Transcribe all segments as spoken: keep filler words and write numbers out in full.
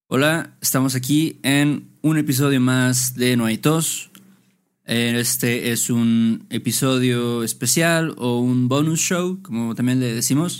Hola, estamos aquí en un episodio más de No hay tos. Este es un episodio especial o un bonus show, como también le decimos.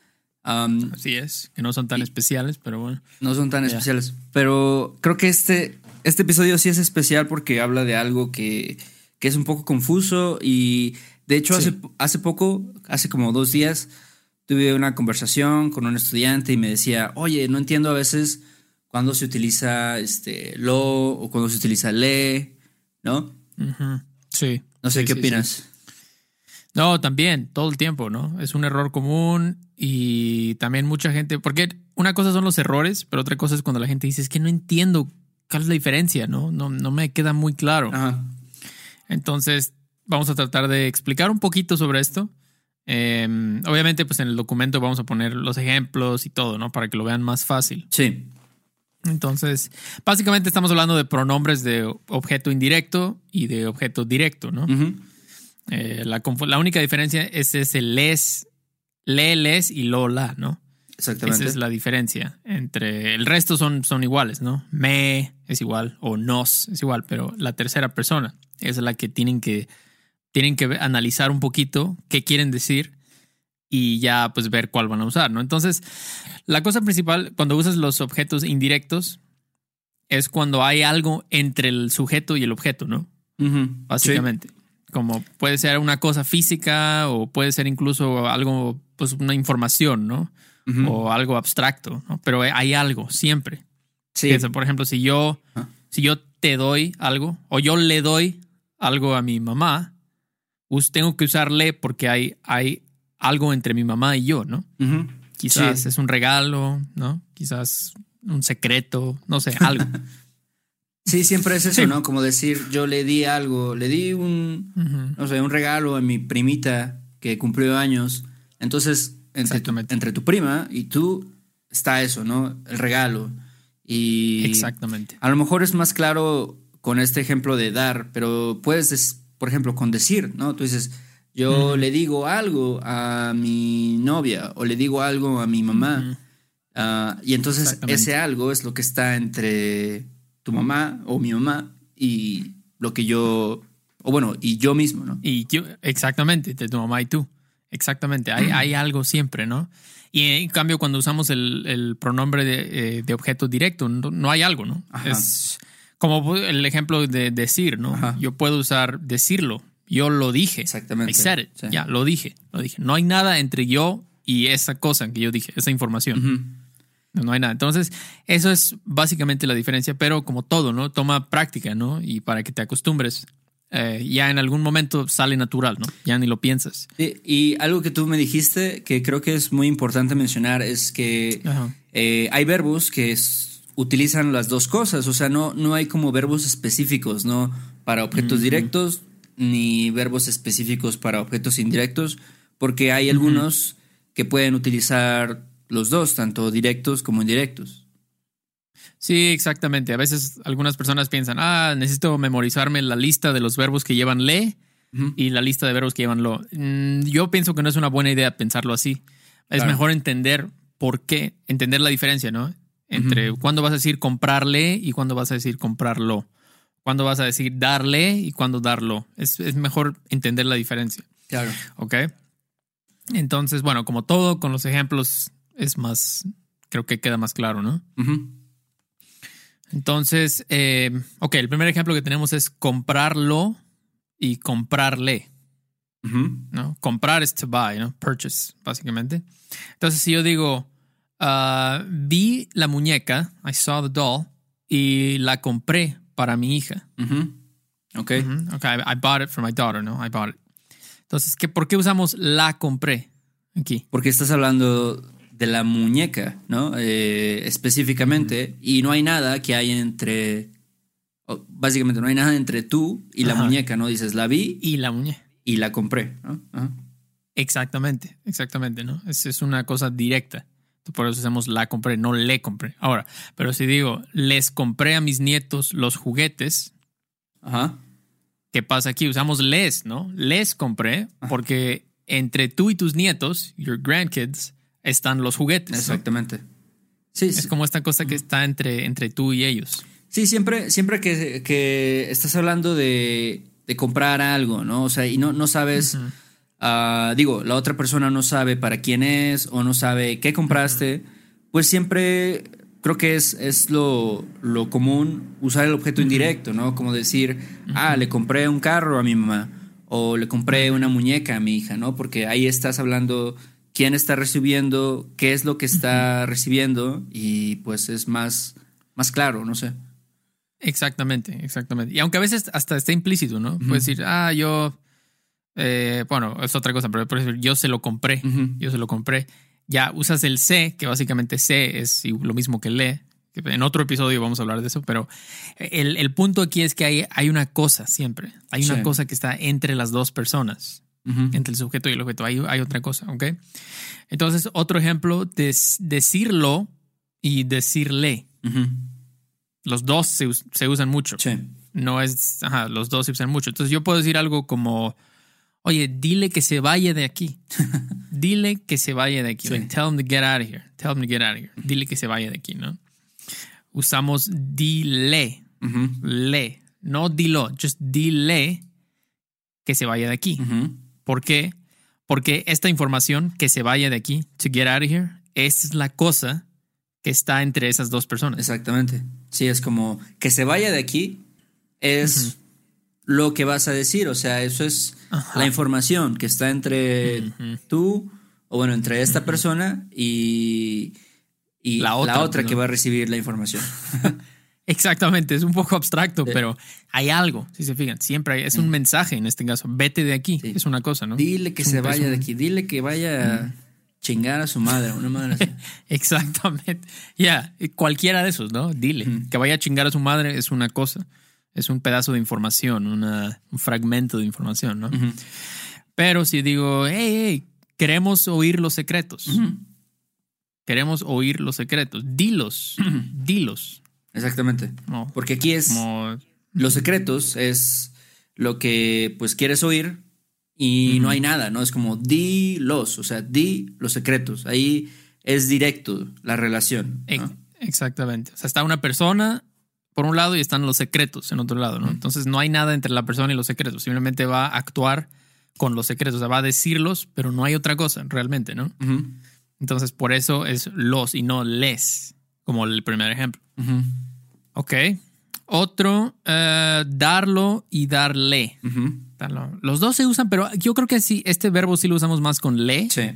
Um, Así es, que no son tan y- especiales, pero bueno. no son tan Ya. especiales, pero creo que este, este episodio sí es especial porque habla de algo que, que es un poco confuso y de hecho Sí. hace, hace poco, hace como dos días, tuve una conversación con un estudiante y me decía, oye, no entiendo a veces cuándo se utiliza este, lo o cuándo se utiliza le, ¿no? Ujú. Sí. No sé Sí, qué sí, opinas. sí. No, también, todo el tiempo, ¿no? Es un error común y también mucha gente, porque una cosa son los errores, pero otra cosa es cuando la gente dice, es que no entiendo cuál es la diferencia, ¿no? No, no me queda muy claro. Ajá. Entonces, vamos a tratar de explicar un poquito sobre esto. Eh, obviamente, pues en el documento vamos a poner los ejemplos y todo, ¿no? Para que lo vean más fácil. Sí. Entonces, básicamente estamos hablando de pronombres de objeto indirecto y de objeto directo, ¿no? Ujú. Eh, la, confu- la única diferencia es ese les, le, les y lo, la, ¿no? Exactamente. Esa es la diferencia entre el resto son, son iguales, ¿no? Me es igual o nos es igual, pero la tercera persona es la que tienen que, tienen que analizar un poquito qué quieren decir y ya pues ver cuál van a usar, ¿no? Entonces, la cosa principal cuando usas los objetos indirectos es cuando hay algo entre el sujeto y el objeto, ¿no? Ujú. Básicamente. Como puede ser una cosa física o puede ser incluso algo, pues una información, ¿no? Sí. Ujú. O algo abstracto, ¿no? Pero hay algo siempre. Sí. Piensa, por ejemplo, si yo, Ah. si yo te doy algo o yo le doy algo a mi mamá, us- tengo que usarle porque hay, hay algo entre mi mamá y yo, ¿no? Ujú. Quizás Sí. es un regalo, ¿no? Quizás un secreto, no sé, algo. Sí, siempre es eso, Sí. ¿no? Como decir, yo le di algo, le di un, Ujú. no sé, un regalo a mi primita que cumplió años. Entonces, entre tu, Exactamente. entre tu prima y tú está eso, ¿no? El regalo. Y Exactamente. a lo mejor es más claro con este ejemplo de dar, pero puedes, des- por ejemplo, con decir, ¿no? Tú dices, yo Ujú. le digo algo a mi novia o le digo algo a mi mamá. Ujú. Ah, y entonces Exactamente. ese algo es lo que está entre tu mamá o mi mamá y lo que yo, o bueno, y yo mismo, ¿no? Y yo, exactamente, de tu mamá y tú. Exactamente, hay, hay algo siempre, ¿no? Y en cambio, cuando usamos el, el pronombre de, eh, de objeto directo, no, no hay algo, ¿no? Ajá. Es como el ejemplo de decir, ¿no? Ajá. Yo puedo usar decirlo. Yo lo dije. Exactamente. I said it. Sí. Ya, lo dije, lo dije. No hay nada entre yo y esa cosa que yo dije, esa información. Ujú. No, no hay nada. Entonces, eso es básicamente la diferencia, pero como todo, ¿no? Toma práctica, ¿no? Y para que te acostumbres, eh, ya en algún momento sale natural, ¿no? Ya ni lo piensas. Y, y algo que tú me dijiste que creo que es muy importante mencionar es que Ajá. eh, hay verbos que es- utilizan las dos cosas, o sea, no, no hay como verbos específicos, ¿no? Para objetos Ujú. directos ni verbos específicos para objetos indirectos, porque hay Ujú. algunos que pueden utilizar los dos, tanto directos como indirectos. Sí, exactamente. A veces algunas personas piensan, ah, necesito memorizarme la lista de los verbos que llevan le Ujú. y la lista de verbos que llevan lo. Mm, yo pienso que no es una buena idea pensarlo así. Es Claro. mejor entender por qué, entender la diferencia, ¿no? Entre cuándo vas a decir comprarle y cuándo vas a decir comprarlo. Cuándo vas a decir darle y cuándo darlo. Es, es mejor entender la diferencia. Claro. ¿Ok? Entonces, bueno, como todo, con los ejemplos es más, creo que queda más claro, ¿no? Ujú. Entonces, eh, ok, el primer ejemplo que tenemos es comprarlo y comprarle, Ujú. ¿no? Comprar es to buy, ¿no? Purchase, básicamente. Entonces, si yo digo, ah, vi la muñeca, I saw the doll, y la compré para mi hija. Ujú. Ok. Ujú, ok, I, I bought it for my daughter, ¿no? I bought it. Entonces, ¿qué, ¿por qué usamos la compré aquí? Porque estás hablando de la muñeca, ¿no? Eh, específicamente, y no hay nada que hay entre, o básicamente no hay nada entre tú y la Ajá. muñeca, ¿no? Dices, la vi Y la muñeca. y la compré, ¿no? Ajá. Exactamente, exactamente, ¿no? Es, es una cosa directa. Por eso hacemos la compré, no le compré. Ahora, pero si digo, les compré a mis nietos los juguetes, Ajá. ¿qué pasa aquí? Usamos les, ¿no? Les compré porque entre tú y tus nietos, your grandkids, están los juguetes. ¿no? Exactamente. Sí, es sí. como esta cosa que está entre, entre tú y ellos. Sí, siempre, siempre que, que estás hablando de, de comprar algo, ¿no? O sea, y no, no sabes, Ujú. ah, digo, la otra persona no sabe para quién es o no sabe qué compraste, pues siempre creo que es, es lo, lo común usar el objeto indirecto, ¿no? Como decir, ah, le compré un carro a mi mamá o le compré una muñeca a mi hija, ¿no? Porque ahí estás hablando quién está recibiendo, qué es lo que está recibiendo y pues es más, más claro, no sé. Exactamente, exactamente. Y aunque a veces hasta está implícito, ¿no? Ujú. Puedes decir, ah, yo, eh, bueno, es otra cosa, pero por ejemplo, yo se lo compré, Ujú. yo se lo compré. Ya usas el se, que básicamente se es lo mismo que le. Que en otro episodio vamos a hablar de eso, pero el, el punto aquí es que hay, hay una cosa siempre. Hay una Sí. cosa que está entre las dos personas, Ujú. entre el sujeto y el objeto. Hay, hay otra cosa, ¿ok? Entonces, otro ejemplo, des- decirlo y decirle. Ujú. Los dos se, us- se usan mucho. Sí. No es, ajá, los dos se usan mucho. Entonces yo puedo decir algo como, oye, dile que se vaya de aquí. Dile que se vaya de aquí. Sí. Like, tell him to get out of here. Tell him to get out of here. Dile que se vaya de aquí, ¿no? Usamos dile, Ujú. le, no dilo, just dile que se vaya de aquí. Ujú. ¿Por qué? Porque esta información, que se vaya de aquí, to get out of here, esa es la cosa que está entre esas dos personas. Exactamente. Sí, es como que se vaya de aquí es lo que vas a decir. O sea, eso es Ajá. la información que está entre Ujú. tú, o bueno, entre esta persona y, y La la otra, otra, ¿no? que va a recibir la información. Exactamente, es un poco abstracto, Sí. pero hay algo, si se fijan, siempre hay, es un mensaje en este caso, vete de aquí, Sí. es una cosa, ¿no? Dile que Es un- se es vaya un- de aquí. Dile que vaya a chingar a su madre, una madre así. Exactamente, ya, cualquiera de esos, ¿no? Dile, Ujú. que vaya a chingar a su madre es una cosa, es un pedazo de información, una, un fragmento de información, ¿no? Ujú. Pero si digo, hey, hey, queremos oír los secretos, Ujú. queremos oír los secretos, dilos, dilos, Exactamente. ¿no? Porque aquí es... Como... Los secretos es lo que pues quieres oír y Ujú. no hay nada, ¿no? Es como di los, o sea, di los secretos. Ahí es directo la relación, ¿no? Ex- Exactamente. O sea, está una persona por un lado y están los secretos en otro lado, ¿no? Entonces no hay nada entre la persona y los secretos. Simplemente va a actuar con los secretos. O sea, va a decirlos, pero no hay otra cosa realmente, ¿no? Ujú, Entonces por eso es los y no les, como el primer ejemplo. ujú, Ok. Otro, eh, darlo y darle. ujú. Darlo. Los dos se usan, pero yo creo que sí, este verbo sí lo usamos más con le, Sí.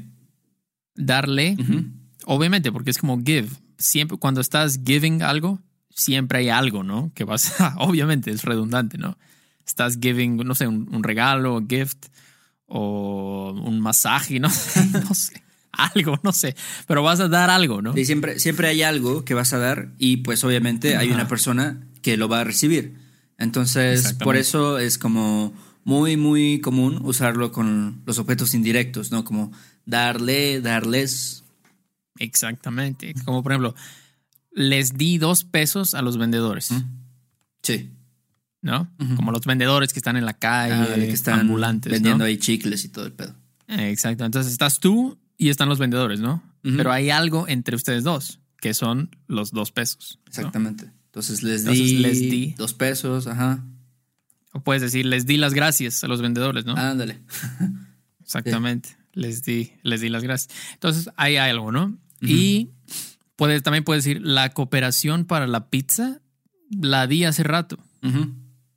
darle. Ujú. Obviamente, porque es como give. Siempre, cuando estás giving algo, siempre hay algo, ¿no? Que vas a, obviamente, es redundante, ¿no? Estás giving, no sé, un, un regalo, gift, o un masaje, no sé, no sé. Algo, no sé. Pero vas a dar algo, ¿no? Sí, siempre, siempre hay algo que vas a dar y pues obviamente hay Ajá. una persona que lo va a recibir. Entonces, Exactamente. por eso es como muy, muy común usarlo con los objetos indirectos, ¿no? Como darle, darles. Exactamente. Como por ejemplo, les di dos pesos a los vendedores, Ujú. Sí. ¿no? Ujú. Como los vendedores que están en la calle, Ah, de que están ambulantes, vendiendo ¿no? ahí chicles y todo el pedo. Exacto. Entonces estás tú y están los vendedores, ¿no? Ujú. Pero hay algo entre ustedes dos, que son los dos pesos, ¿no? Exactamente. Entonces les Entonces, di, les di. dos pesos, ajá. O puedes decir, les di las gracias a los vendedores, ¿no? Ándale. Exactamente. Les di, les di las gracias. Entonces hay algo, ¿no? Y puedes, también puedes decir, la cooperación para la pizza la di hace rato. Ujú.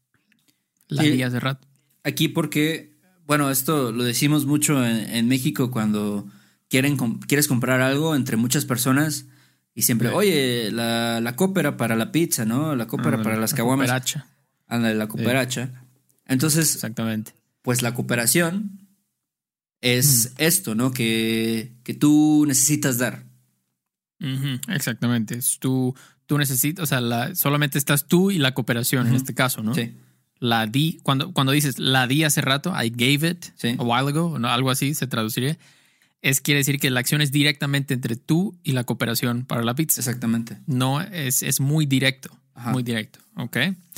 La Sí. di hace rato. Aquí porque, bueno, esto lo decimos mucho en, en México cuando quieren com- quieres comprar algo entre muchas personas y siempre, Sí. oye, la, la coopera para la pizza, ¿no? La coopera Ah, para las la caguamas. cooperacha. Ándale, la cooperacha. Entonces, Exactamente. pues la cooperación es esto, ¿no? Que, que tú necesitas dar. Ujú, exactamente. Es tú, tú necesitas, o sea, la, solamente estás tú y la cooperación en Ujú. este caso, ¿no? Sí. La di, cuando, cuando dices la di hace rato, I gave it Sí. a while ago, ¿no? Algo así se traduciría. Es quiere decir que la acción es directamente entre tú y la cooperación para la pizza. Exactamente. No, es, es muy directo. Ajá. Muy directo. Ok.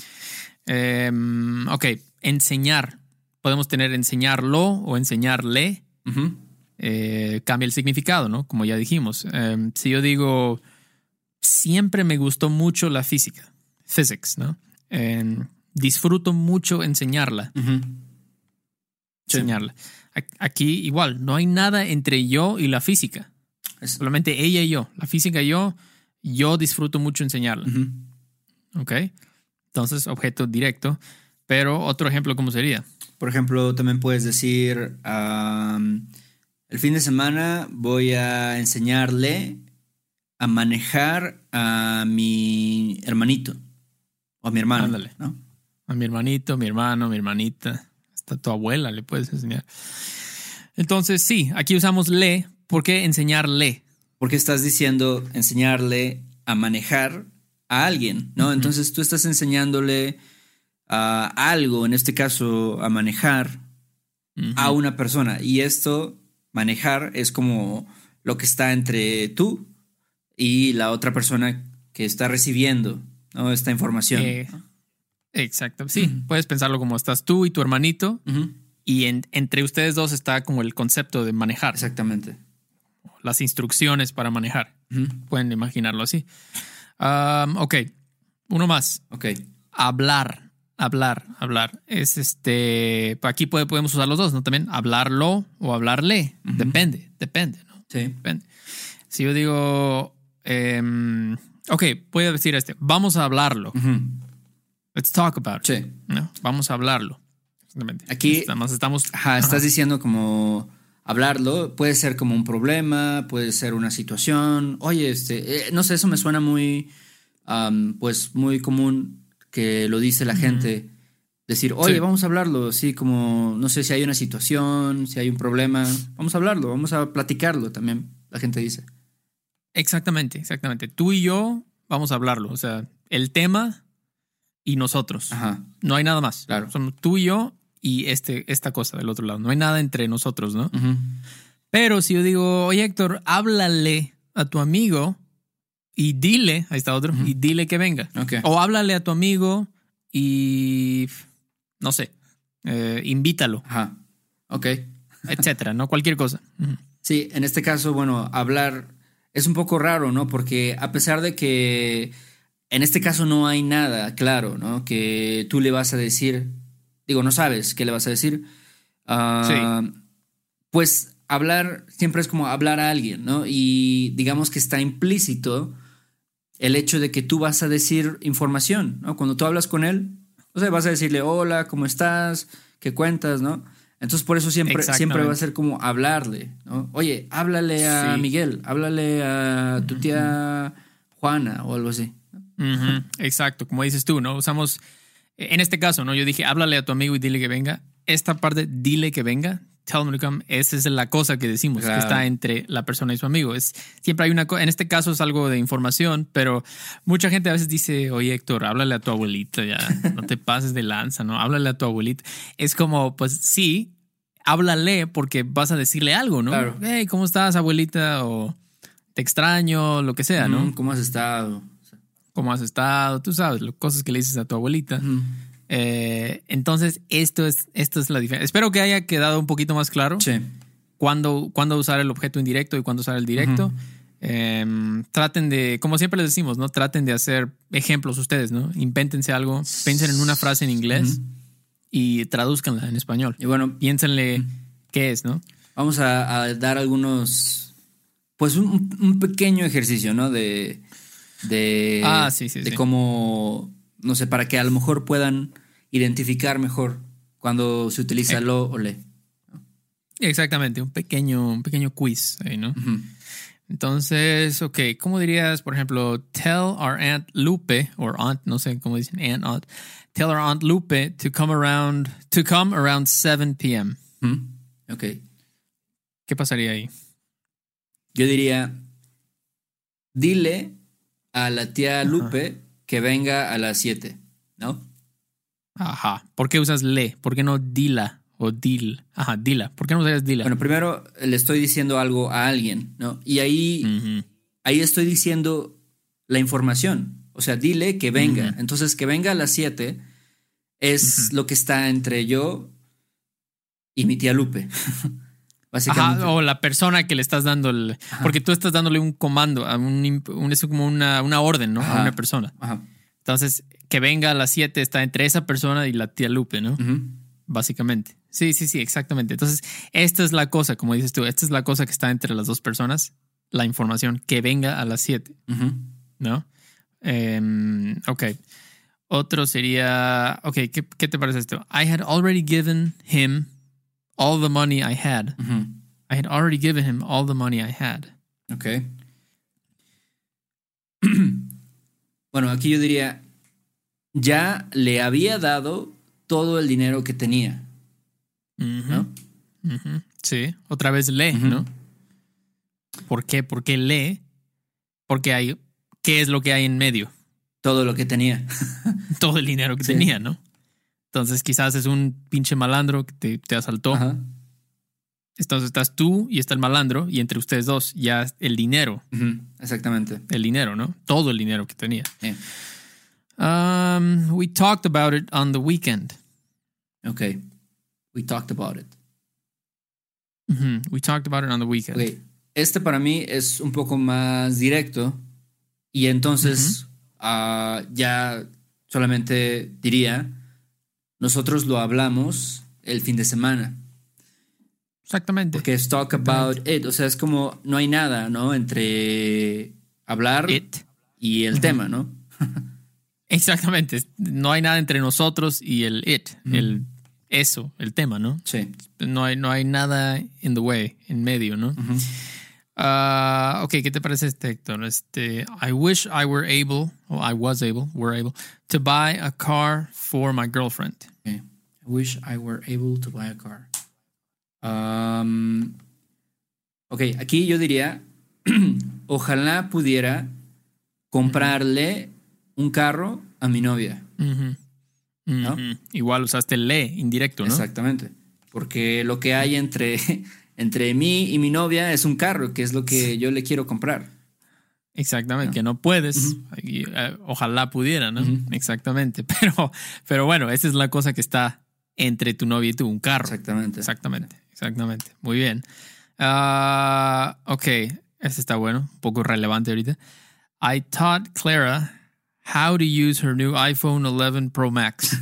Em, ok. Enseñar. Podemos tener enseñarlo o enseñarle. Ujú. Eh, cambia el significado, ¿no? Como ya dijimos. Em, si yo digo, siempre me gustó mucho la física, physics, ¿no? Eh, disfruto mucho enseñarla. Uh-huh. Sí. Enseñarla. Aquí igual, no hay nada entre yo y la física. Es solamente ella y yo. La física y yo, yo disfruto mucho enseñarla. Uh-huh. ¿Ok? Entonces, objeto directo. Pero otro ejemplo, ¿cómo sería? Por ejemplo, también puedes decir, um, el fin de semana voy a enseñarle a manejar a mi hermanito o a mi hermano. Ándale. ¿No? A mi hermanito, mi hermano, mi hermanita. Hasta tu abuela le puedes enseñar. Entonces, sí, aquí usamos le. ¿Por qué enseñarle? Porque estás diciendo enseñarle a manejar a alguien, ¿no? Uh-huh. Entonces tú estás enseñándole a uh, algo, en este caso a manejar uh-huh. a una persona. Y esto, manejar, es como lo que está entre tú y la otra persona que está recibiendo, ¿no? Esta información. Eh, exacto. Sí, uh-huh. puedes pensarlo como estás tú y tu hermanito uh-huh. y en, entre ustedes dos está como el concepto de manejar. Exactamente. Las instrucciones para manejar. Uh-huh. Pueden imaginarlo así. Um, ok, uno más. Ok. Hablar, hablar, hablar. Es este. Aquí puede, podemos usar los dos, ¿no? También hablarlo o hablarle. Uh-huh. Depende, depende, ¿no? Sí. Depende. Si yo digo. Um, ok, puedo decir este. Vamos a hablarlo. Uh-huh. Let's talk about it. Sí. ¿No? Vamos a hablarlo. Exactamente. Aquí. Estamos. estamos ajá, estás ajá. diciendo como. Hablarlo puede ser como un problema, puede ser una situación. Oye, este, eh, no sé, eso me suena muy, um, pues muy común que lo dice la gente. Decir, oye, sí. vamos a hablarlo. Sí, como, no sé si hay una situación, si hay un problema. Vamos a hablarlo, vamos a platicarlo también, la gente dice. Exactamente, exactamente. Tú y yo vamos a hablarlo. O sea, el tema y nosotros. Ajá. No hay nada más. Claro. Somos tú y yo. Y este, esta cosa del otro lado. No hay nada entre nosotros, ¿no? Uh-huh. Pero si yo digo, oye, Héctor, háblale a tu amigo y dile, ahí está otro, uh-huh. y dile que venga. Okay. O háblale a tu amigo y, no sé, eh, invítalo. Ajá, ok. Etcétera, ¿no? Cualquier cosa. Uh-huh. Sí, en este caso, bueno, hablar es un poco raro, ¿no? Porque a pesar de que en este caso no hay nada claro, ¿no? Que tú le vas a decir... Digo, no sabes qué le vas a decir. Uh, sí. Pues hablar siempre es como hablar a alguien, ¿no? Y digamos que está implícito el hecho de que tú vas a decir información, ¿no? Cuando tú hablas con él, o sea, vas a decirle, hola, ¿cómo estás? ¿Qué cuentas? ¿No? Entonces, por eso siempre, siempre va a ser como hablarle, ¿no? Oye, háblale a sí. Miguel, háblale a tu tía Juana o algo así. Uh-huh. Exacto, como dices tú, ¿no? Usamos... En este caso, ¿no? Yo dije, háblale a tu amigo y dile que venga. Esta parte, dile que venga, tell him to come, esa es la cosa que decimos, claro. que está entre la persona y su amigo. Es, siempre hay una cosa, en este caso es algo de información, pero mucha gente a veces dice, oye, Héctor, háblale a tu abuelita ya, no te pases de lanza, ¿no? Háblale a tu abuelita. Es como, pues sí, háblale porque vas a decirle algo, ¿no? Claro. Hey, ¿cómo estás, abuelita? O te extraño, lo que sea, ¿no? Mm, ¿Cómo has estado? ¿Cómo has estado? Tú sabes, cosas que le dices a tu abuelita. Uh-huh. Eh, entonces, esto es, esto es la diferencia. Espero que haya quedado un poquito más claro. Sí. Cuándo, cuándo usar el objeto indirecto y cuándo usar el directo. Uh-huh. Eh, traten de, como siempre les decimos, ¿no? Traten de hacer ejemplos ustedes, ¿no? Invéntense algo, piensen en una frase en inglés uh-huh. y tradúzcanla en español. Y bueno, piénsenle uh-huh. qué es, ¿no? Vamos a, a dar algunos, pues un, un pequeño ejercicio, ¿no? De... De, ah, sí, sí, de sí. cómo, no sé, para que a lo mejor puedan identificar mejor cuando se utiliza eh. lo o le. Exactamente, un pequeño, un pequeño quiz ahí, ¿no? Uh-huh. Entonces, ok, ¿cómo dirías, por ejemplo, tell our Aunt Lupe, or aunt, no sé cómo dicen, aunt, aunt, tell our Aunt Lupe to come around, to come around seven p.m. Uh-huh. Ok. ¿Qué pasaría ahí? Yo diría, dile a la tía Lupe Ajá. que venga a las siete, ¿no? Ajá. ¿Por qué usas le? ¿Por qué no dila o dil? Ajá, dila. ¿Por qué no usas dila? Bueno, primero le estoy diciendo algo a alguien, ¿no? Y ahí, uh-huh. ahí estoy diciendo la información. O sea, dile que venga. Uh-huh. Entonces, que venga a las siete es uh-huh. lo que está entre yo y mi tía Lupe. básicamente. Ajá, o la persona que le estás dando el... Ajá. Porque tú estás dándole un comando, a un, un, eso como una, una orden, ¿no? Ajá. A una persona. Ajá. Entonces, que venga a las siete está entre esa persona y la tía Lupe, ¿no? Uh-huh. Básicamente. Sí, sí, sí, exactamente. Entonces, esta es la cosa, como dices tú, esta es la cosa que está entre las dos personas, la información, que venga a las siete, uh-huh. ¿no? Um, ok. Otro sería, ok, ¿qué, ¿qué te parece esto? I had already given him all the money I had. Uh-huh. I had already given him all the money I had. Ok. Bueno, aquí yo diría, ya le había dado todo el dinero que tenía. Uh-huh. ¿No? Uh-huh. Sí, otra vez lee, uh-huh. ¿no? ¿Por qué? ¿Por qué lee? Porque hay, ¿qué es lo que hay en medio? Todo lo que tenía. Todo el dinero que sí. tenía, ¿no? Entonces quizás es un pinche malandro que te, te asaltó. Ajá. Entonces estás tú y está el malandro y entre ustedes dos ya el dinero. Uh-huh. Exactamente. El dinero, ¿no? Todo el dinero que tenía. Yeah. Um, we talked about it on the weekend. Okay. We talked about it. Uh-huh. We talked about it on the weekend. Okay. Este para mí es un poco más directo y entonces uh-huh. uh, ya solamente diría, nosotros lo hablamos el fin de semana. Exactamente. Porque es talk about it. O sea, es como no hay nada, ¿no? Entre hablar it. y el uh-huh. tema, ¿no? Exactamente. No hay nada entre nosotros y el it. Uh-huh. El eso, el tema, ¿no? Sí. No hay, no hay nada in the way, en medio, ¿no? Uh-huh. Uh, ok, ¿qué te parece este, Héctor? Este, I wish I were able, or I was able, were able, to buy a car for my girlfriend. Okay. I wish I were able to buy a car. Um, ok, aquí yo diría, ojalá pudiera comprarle un carro a mi novia. Uh-huh. ¿No? Uh-huh. Igual usaste el le indirecto, ¿no? Exactamente. Porque lo que hay entre, entre mí y mi novia es un carro, que es lo que yo le quiero comprar. Exactamente, ¿no? Que no puedes. Uh-huh. y, uh, ojalá pudiera, ¿no? Uh-huh. Exactamente. Pero, pero bueno, esa es la cosa que está entre tu novia y tú, un carro. Exactamente. Exactamente, exactamente. Muy bien. Uh, ok, este está bueno, un poco relevante ahorita. I taught Clara how to use her new iPhone eleven Pro Max.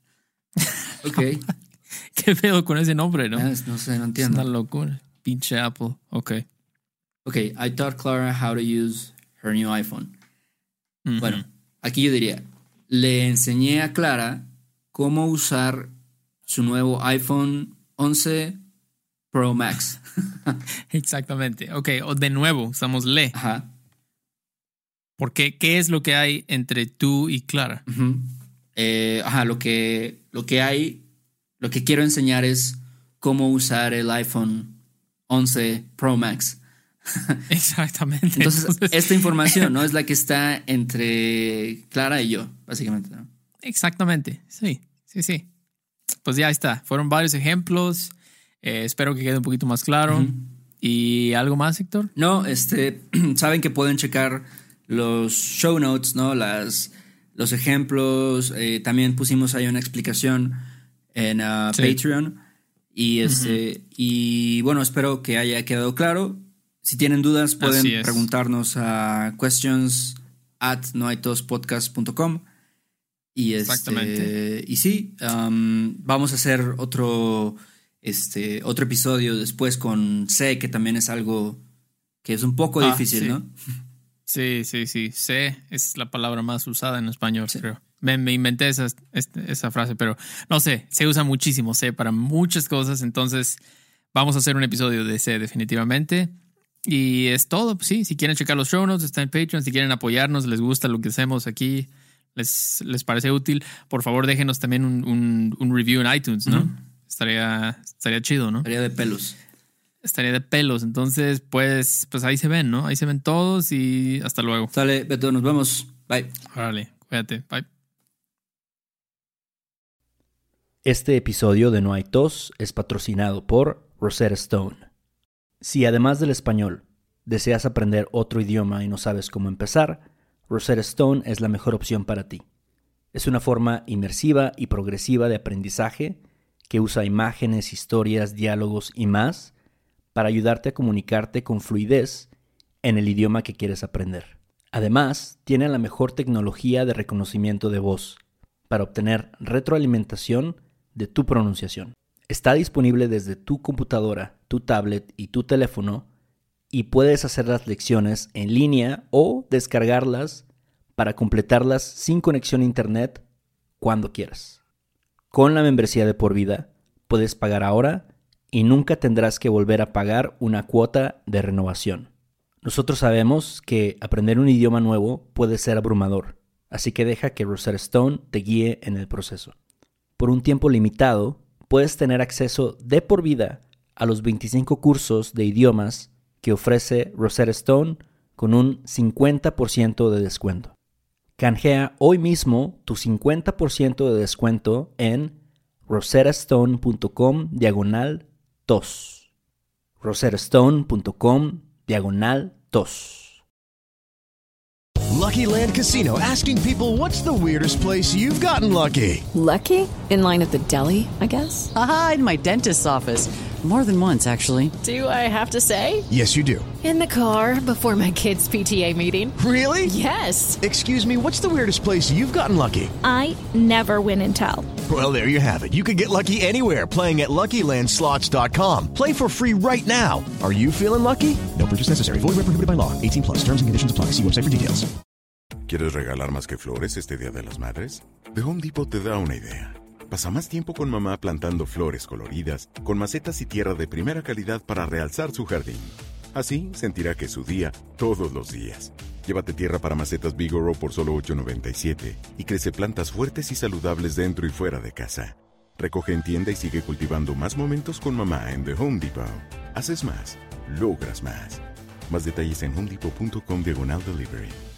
Ok. ¿Qué pedo con ese nombre, no? No, no sé, no entiendo. Es una locura. Pinche Apple. Ok. Ok, I taught Clara how to use her new iPhone. Uh-huh. Bueno, aquí yo diría, le enseñé a Clara cómo usar su nuevo iPhone once Pro Max. Exactamente. Ok, de nuevo, usamos le. Ajá. Porque, ¿qué es lo que hay entre tú y Clara? Uh-huh. Eh, ajá, lo que, lo que hay, lo que quiero enseñar es cómo usar el iPhone once Pro Max. Exactamente. Entonces, Entonces, esta información, ¿no? Es la que está entre Clara y yo, básicamente, ¿no? Exactamente, sí, sí, sí. Pues ya está. Fueron varios ejemplos. Eh, espero que quede un poquito más claro. Uh-huh. ¿Y algo más, Héctor? No, este, saben que pueden checar los show notes, ¿no? Las, los ejemplos. Eh, también pusimos ahí una explicación en uh, sí. Patreon. Y, este, uh-huh. y bueno, espero que haya quedado claro. Si tienen dudas, pueden preguntarnos a questions at noaitospodcast punto com. Y Exactamente. Este, y sí, um, vamos a hacer otro, este, otro episodio después con C, que también es algo que es un poco ah, difícil, sí. ¿no? Sí, sí, sí. C es la palabra más usada en español, sí. creo. Me, me inventé esa, esa frase, pero no sé, se usa muchísimo C para muchas cosas, entonces vamos a hacer un episodio de C definitivamente. Y es todo, pues sí, si quieren checar los show notes, está en Patreon, si quieren apoyarnos, les gusta lo que hacemos aquí, les, les parece útil, por favor déjenos también un, un, un review en iTunes, ¿no? Uh-huh. Estaría, estaría chido, ¿no? Estaría de pelos. Estaría de pelos, entonces pues, pues ahí se ven, ¿no? Ahí se ven todos y hasta luego. Sale, Beto, nos vemos. Bye. Órale, cuídate, bye. Este episodio de No Hay Tos es patrocinado por Rosetta Stone. Si además del español deseas aprender otro idioma y no sabes cómo empezar, Rosetta Stone es la mejor opción para ti. Es una forma inmersiva y progresiva de aprendizaje que usa imágenes, historias, diálogos y más para ayudarte a comunicarte con fluidez en el idioma que quieres aprender. Además, tiene la mejor tecnología de reconocimiento de voz para obtener retroalimentación de tu pronunciación. Está disponible desde tu computadora, tu tablet y tu teléfono y puedes hacer las lecciones en línea o descargarlas para completarlas sin conexión a internet cuando quieras. Con la membresía de por vida, puedes pagar ahora y nunca tendrás que volver a pagar una cuota de renovación. Nosotros sabemos que aprender un idioma nuevo puede ser abrumador, así que deja que Rosetta Stone te guíe en el proceso. Por un tiempo limitado, puedes tener acceso de por vida a los veinticinco cursos de idiomas que ofrece Rosetta Stone con un cincuenta por ciento de descuento. Canjea hoy mismo tu cincuenta por ciento de descuento en rosettastone.com diagonal tos. rosettastone.com diagonal tos. Lucky Land Casino, asking people, what's the weirdest place you've gotten lucky? Lucky? In line at the deli, I guess? Aha, in my dentist's office. More than once, actually. Do I have to say? Yes, you do. In the car before my kids' P T A meeting. Really? Yes. Excuse me, what's the weirdest place you've gotten lucky? I never win and tell. Well, there you have it. You can get lucky anywhere, playing at Lucky Land Slots dot com. Play for free right now. Are you feeling lucky? No purchase necessary. Void where prohibited by law. eighteen plus. Terms and conditions apply. See website for details. ¿Quieres regalar más que flores este Día de las Madres? The Home Depot te da una idea. Pasa más tiempo con mamá plantando flores coloridas, con macetas y tierra de primera calidad para realzar su jardín. Así sentirá que es su día todos los días. Llévate tierra para macetas Vigoro por solo ocho noventa y siete y crece plantas fuertes y saludables dentro y fuera de casa. Recoge en tienda y sigue cultivando más momentos con mamá en The Home Depot. Haces más, logras más. Más detalles en homedepot punto com diagonal delivery.